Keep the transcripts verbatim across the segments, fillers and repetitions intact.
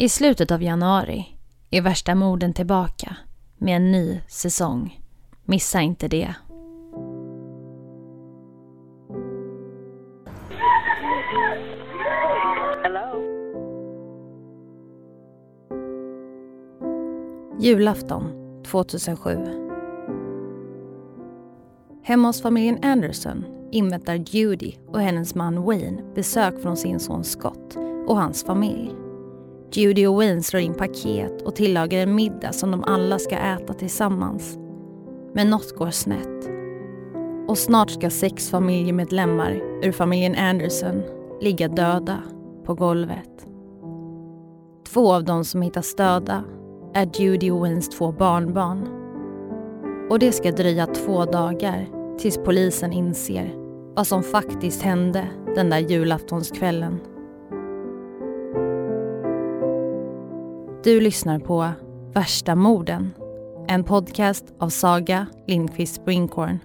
I slutet av januari är Värsta morden tillbaka med en ny säsong. Missa inte det. Hello. Julafton tjugohundrasju. Hemma hos familjen Anderson inväntar Judy och hennes man Wayne besök från sin son Scott och hans familj. Judy och Wayne slår in paket och tillagar en middag som de alla ska äta tillsammans. Men något går snett. Och snart ska sex familjemedlemmar ur familjen Anderson ligga döda på golvet. Två av dem som hittas döda är Judy och Waynes två barnbarn. Och det ska dröja två dagar tills polisen inser vad som faktiskt hände den där julaftonskvällen. Du lyssnar på Värsta morden, en podcast av Saga Lindqvist Springhorn.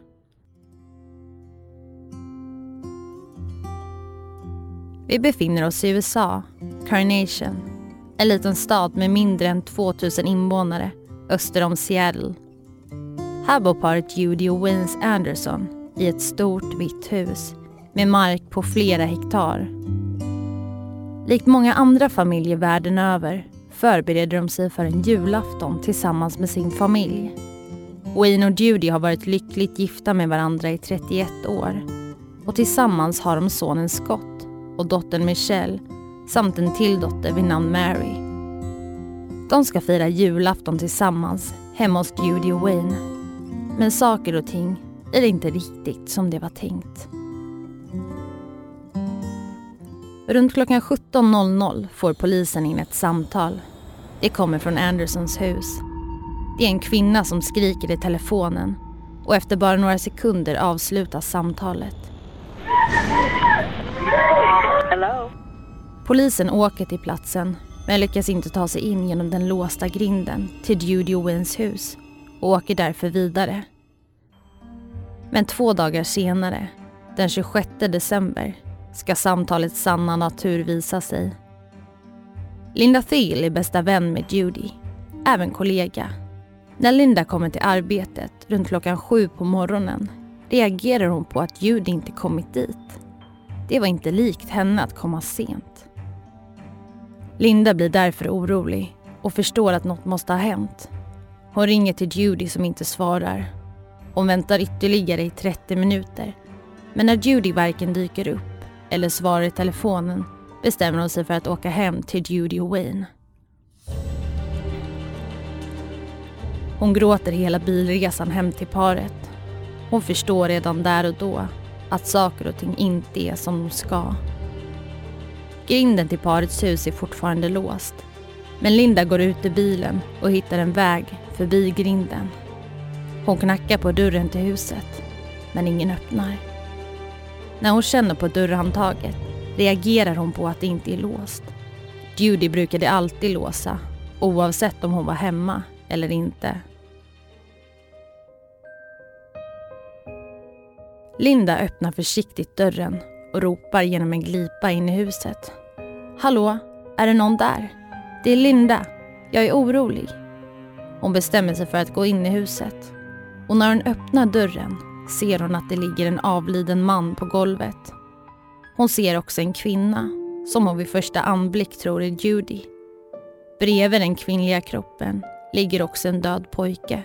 Vi befinner oss i U S A, Carnation, en liten stad med mindre än tvåtusen invånare öster om Seattle. Här bor paret Judy och Wayne Anderson i ett stort vitt hus med mark på flera hektar. Likt många andra familjer världen över förbereder de sig för en julafton tillsammans med sin familj. Wayne och Judy har varit lyckligt gifta med varandra i trettioett år och tillsammans har de sonen Scott och dottern Michelle samt en till dotter vid namn Mary. De ska fira julafton tillsammans hemma hos Judy och Wayne. Men saker och ting är inte riktigt som det var tänkt. Runt klockan sjutton noll noll får polisen in ett samtal. Det kommer från Andersons hus. Det är en kvinna som skriker i telefonen och efter bara några sekunder avslutas samtalet. Hello. Polisen åker till platsen men lyckas inte ta sig in genom den låsta grinden till Judy och Waynes hus och åker därför vidare. Men två dagar senare, den tjugosjätte december, ska samtalets sanna natur visa sig. Linda Thiel är bästa vän med Judy, även kollega. När Linda kommer till arbetet runt klockan sju på morgonen reagerar hon på att Judy inte kommit dit. Det var inte likt henne att komma sent. Linda blir därför orolig och förstår att något måste ha hänt. Hon ringer till Judy som inte svarar. Hon väntar ytterligare i trettio minuter. Men när Judy varken dyker upp eller svarar i telefonen bestämmer hon sig för att åka hem till Judy och Wayne. Hon gråter hela bilresan hem till paret. Hon förstår redan där och då att saker och ting inte är som de ska. Grinden till parets hus är fortfarande låst. Men Linda går ut ur bilen och hittar en väg förbi grinden. Hon knackar på dörren till huset, men ingen öppnar. När hon känner på dörrhandtaget reagerar hon på att det inte är låst. Judy brukade alltid låsa, oavsett om hon var hemma eller inte. Linda öppnar försiktigt dörren och ropar genom en glipa in i huset. Hallå, är det någon där? Det är Linda, jag är orolig. Hon bestämmer sig för att gå in i huset. Och när hon öppnar dörren ser hon att det ligger en avliden man på golvet. Hon ser också en kvinna som hon vid första anblick tror är Judy. Bredvid den kvinnliga kroppen ligger också en död pojke.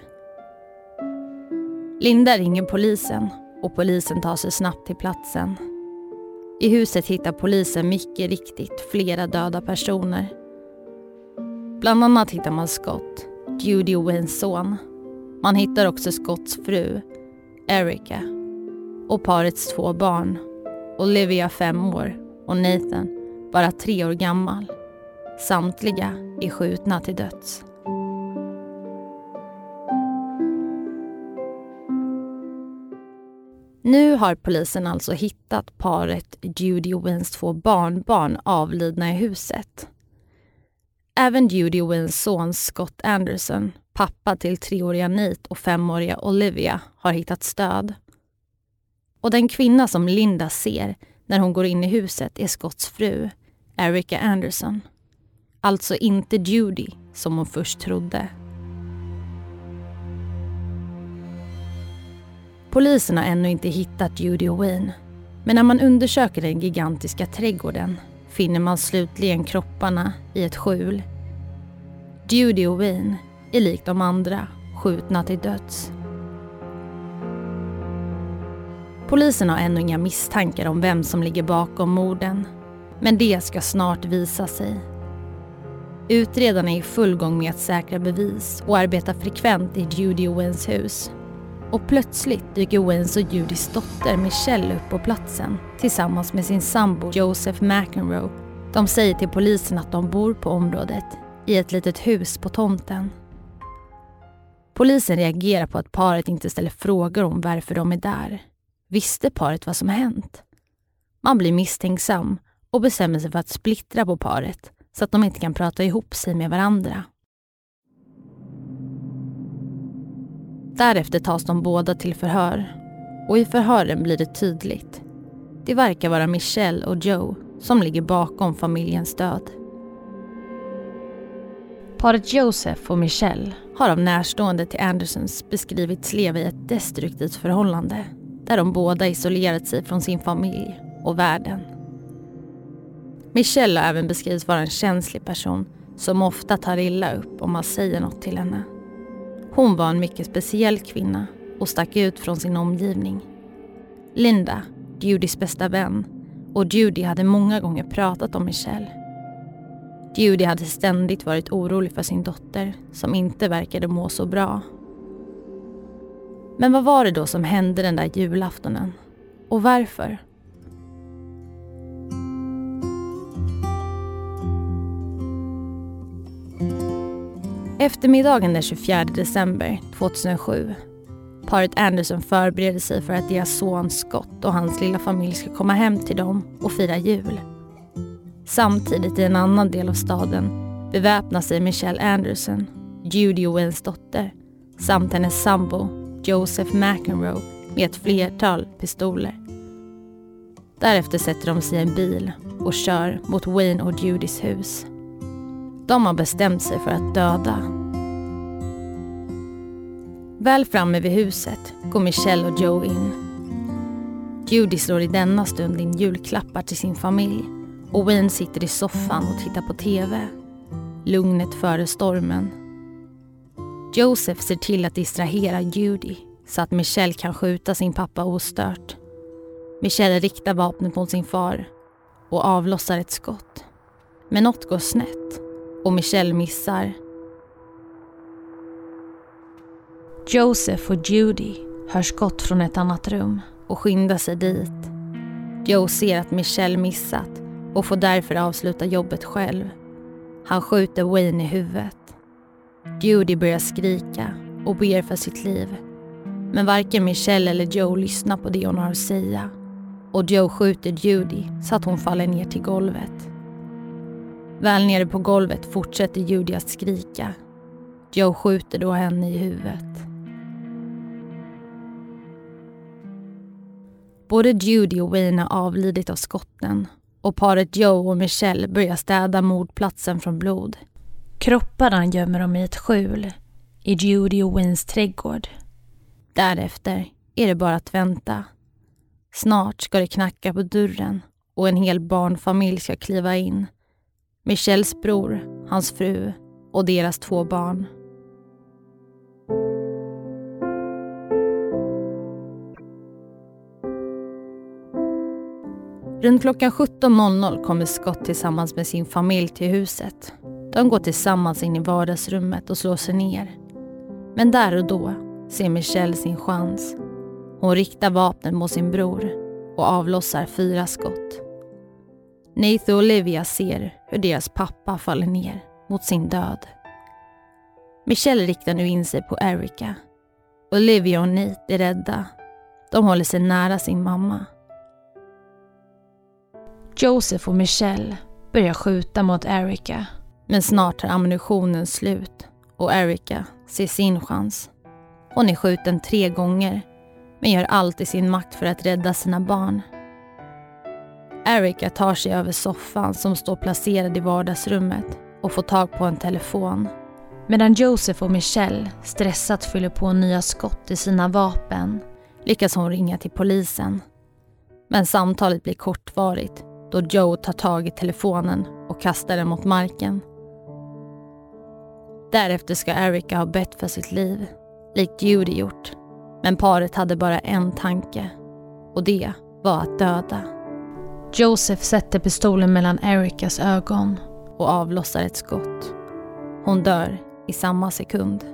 Linda ringer polisen och polisen tar sig snabbt till platsen. I huset hittar polisen mycket riktigt flera döda personer. Bland annat hittar man Scott, Judy och Waynes son. Man hittar också Scotts fru, Erica, och parets två barn, Olivia fem år och Nathan bara tre år gammal. Samtliga är skjutna till döds. Nu har polisen alltså hittat paret Judy och Waynes två barnbarn avlidna i huset. Även Judy och Waynes son Scott Anderson, pappa till treåriga Nate och femåriga Olivia, har hittat stöd. Och den kvinna som Linda ser när hon går in i huset är Scotts fru, Erica Anderson. Alltså inte Judy som hon först trodde. Polisen har ännu inte hittat Judy och Wayne. Men när man undersöker den gigantiska trädgården finner man slutligen kropparna i ett skjul. Judy och Wayne är likt de andra skjutna till döds. Polisen har ännu inga misstankar om vem som ligger bakom morden. Men det ska snart visa sig. Utredarna är i full gång med att säkra bevis och arbetar frekvent i Judy och Waynes hus. Och plötsligt dyker Waynes och Judys dotter Michelle upp på platsen tillsammans med sin sambo Joseph McEnroe. De säger till polisen att de bor på området i ett litet hus på tomten. Polisen reagerar på att paret inte ställer frågor om varför de är där. Visste paret vad som hänt? Man blir misstänksam och bestämmer sig för att splittra på paret så att de inte kan prata ihop sig med varandra. Därefter tas de båda till förhör och i förhören blir det tydligt. Det verkar vara Michelle och Joe som ligger bakom familjens död. Paret Joseph och Michelle har av närstående till Andersons beskrivits leva i ett destruktivt förhållande där de båda isolerat sig från sin familj och världen. Michelle har även beskrivits vara en känslig person som ofta tar illa upp om man säger något till henne. Hon var en mycket speciell kvinna och stack ut från sin omgivning. Linda, Judys bästa vän, och Judy hade många gånger pratat om Michelle. Judy hade ständigt varit orolig för sin dotter som inte verkade må så bra. Men vad var det då som hände den där julaftonen? Och varför? Eftermiddagen den tjugofjärde december tjugohundrasju. Paret Anderson förbereder sig för att deras son Scott och hans lilla familj ska komma hem till dem och fira jul. Samtidigt i en annan del av staden beväpnar sig Michelle Anderson, Judy och Waynes dotter, samt hennes sambo Joseph McEnroe med ett flertal pistoler. Därefter sätter de sig i en bil och kör mot Wayne och Judys hus. De har bestämt sig för att döda. Väl framme vid huset går Michelle och Joe in. Judy slår i denna stund in julklappar till sin familj och Wayne sitter i soffan och tittar på tv. Lugnet före stormen. Joseph ser till att distrahera Judy så att Michelle kan skjuta sin pappa ostört. Michelle riktar vapnet mot sin far och avlossar ett skott. Men något går snett och Michelle missar. Joseph och Judy hör skott från ett annat rum och skyndar sig dit. Joe ser att Michelle missat och får därför avsluta jobbet själv. Han skjuter Wayne i huvudet. Judy börjar skrika och ber för sitt liv. Men varken Michelle eller Joe lyssnar på det hon har att säga. Och Joe skjuter Judy så att hon faller ner till golvet. Väl nere på golvet fortsätter Judy att skrika. Joe skjuter då henne i huvudet. Både Judy och Wayne har avlidit av skotten och paret Joe och Michelle börjar städa mordplatsen från blod. Kropparna gömmer de i ett skjul i Judy och Waynes trädgård. Därefter är det bara att vänta. Snart ska det knacka på dörren och en hel barnfamilj ska kliva in. Michelles bror, hans fru och deras två barn. Runt klockan sjutton noll noll kommer Scott tillsammans med sin familj till huset. De går tillsammans in i vardagsrummet och slår sig ner. Men där och då ser Michelle sin chans. Hon riktar vapnet mot sin bror och avlossar fyra skott. Nathan och Olivia ser hur deras pappa faller ner mot sin död. Michelle riktar nu in sig på Erica. Olivia och Nate är rädda. De håller sig nära sin mamma. Joseph och Michelle börjar skjuta mot Erica. Men snart tar ammunitionen slut och Erica ser sin chans. Hon är skjuten tre gånger men gör allt i sin makt för att rädda sina barn. Erica tar sig över soffan som står placerad i vardagsrummet och få tag på en telefon. Medan Joseph och Michelle stressat fyller på nya skott i sina vapen lyckas hon ringa till polisen. Men samtalet blir kortvarigt då Joe tar tag i telefonen och kastar den mot marken. Därefter ska Erica ha bett för sitt liv, likt Judy gjort. Men paret hade bara en tanke, och det var att döda. Joseph sätter pistolen mellan Ericas ögon och avlossar ett skott. Hon dör i samma sekund.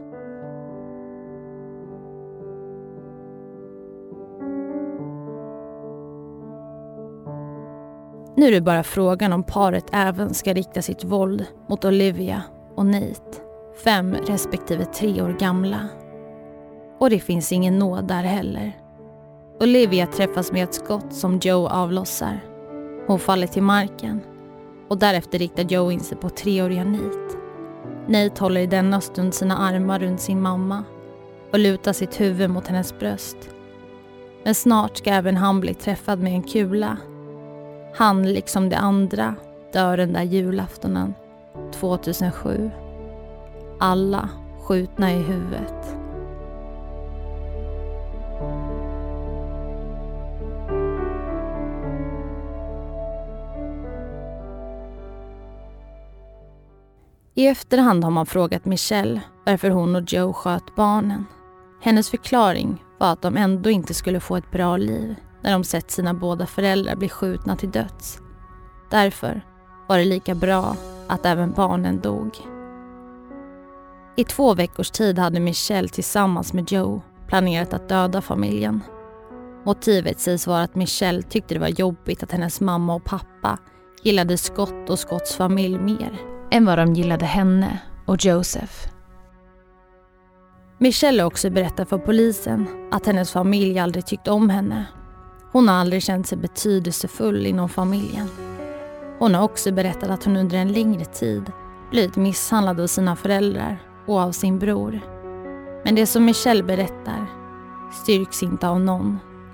Nu är det bara frågan om paret även ska rikta sitt våld mot Olivia och Nate, fem respektive tre år gamla. Och det finns ingen nåd där heller. Olivia träffas med ett skott som Joe avlossar. Hon faller till marken och därefter riktar Joe in sig på treåriga Nate. Nate håller i denna stund sina armar runt sin mamma och lutar sitt huvud mot hennes bröst. Men snart ska även han bli träffad med en kula. Han, liksom de andra, dör den där julaftonen tvåtusensju. Alla skjutna i huvudet. I efterhand har man frågat Michelle varför hon och Joe sköt barnen. Hennes förklaring var att de ändå inte skulle få ett bra liv när de sett sina båda föräldrar bli skjutna till döds. Därför var det lika bra att även barnen dog. I två veckors tid hade Michelle tillsammans med Joe planerat att döda familjen. Motivet sägs vara att Michelle tyckte det var jobbigt att hennes mamma och pappa gillade Scott och Scotts familj mer än vad de gillade henne och Joseph. Michelle har också berättat för polisen att hennes familj aldrig tyckt om henne. Hon har aldrig känt sig betydelsefull inom familjen. Hon har också berättat att hon under en längre tid blivit misshandlad av sina föräldrar och av sin bror. Men det som Michelle berättar styrks inte av någon.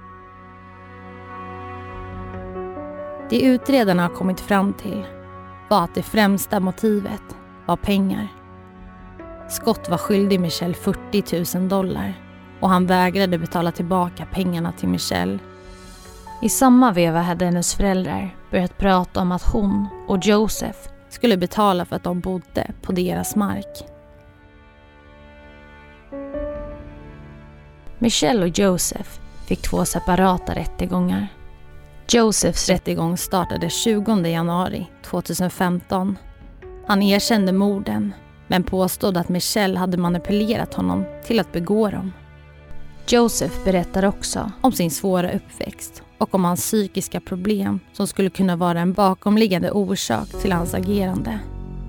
Det utredarna har kommit fram till var att det främsta motivet var pengar. Scott var skyldig Michelle fyrtio tusen dollar och han vägrade betala tillbaka pengarna till Michelle. I samma veva hade hennes föräldrar börjat prata om att hon och Joseph skulle betala för att de bodde på deras mark. Michelle och Joseph fick två separata rättegångar. Josephs rättegång startade tjugonde januari tjugohundrafemton. Han erkände morden men påstod att Michelle hade manipulerat honom till att begå dem. Joseph berättar också om sin svåra uppväxt och om hans psykiska problem som skulle kunna vara en bakomliggande orsak till hans agerande.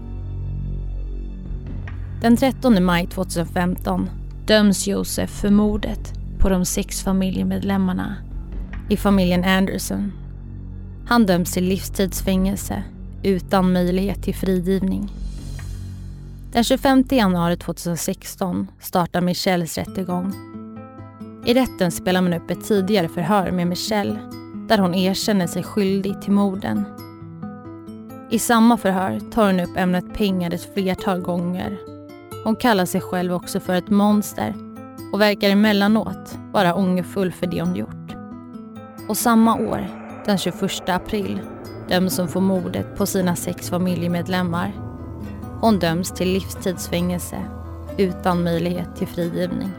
Den trettonde maj tjugohundrafemton döms Joseph för mordet på de sex familjemedlemmarna i familjen Anderson. Han döms till livstidsfängelse utan möjlighet till frigivning. Den tjugofemte januari tjugohundrasexton startar Michelles rättegång. I rätten spelar man upp ett tidigare förhör med Michelle där hon erkänner sig skyldig till morden. I samma förhör tar hon upp ämnet pengar ett flertal gånger. Hon kallar sig själv också för ett monster och verkar emellanåt vara ångerfull för det hon gjort. Och samma år, den tjugoförsta april, döms hon för mordet på sina sex familjemedlemmar. Hon döms till livstidsfängelse utan möjlighet till frigivning.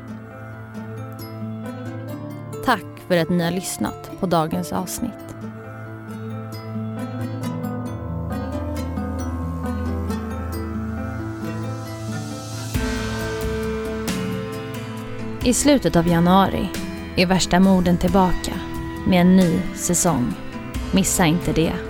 Tack för att ni har lyssnat på dagens avsnitt. I slutet av januari är Värsta morden tillbaka med en ny säsong. Missa inte det.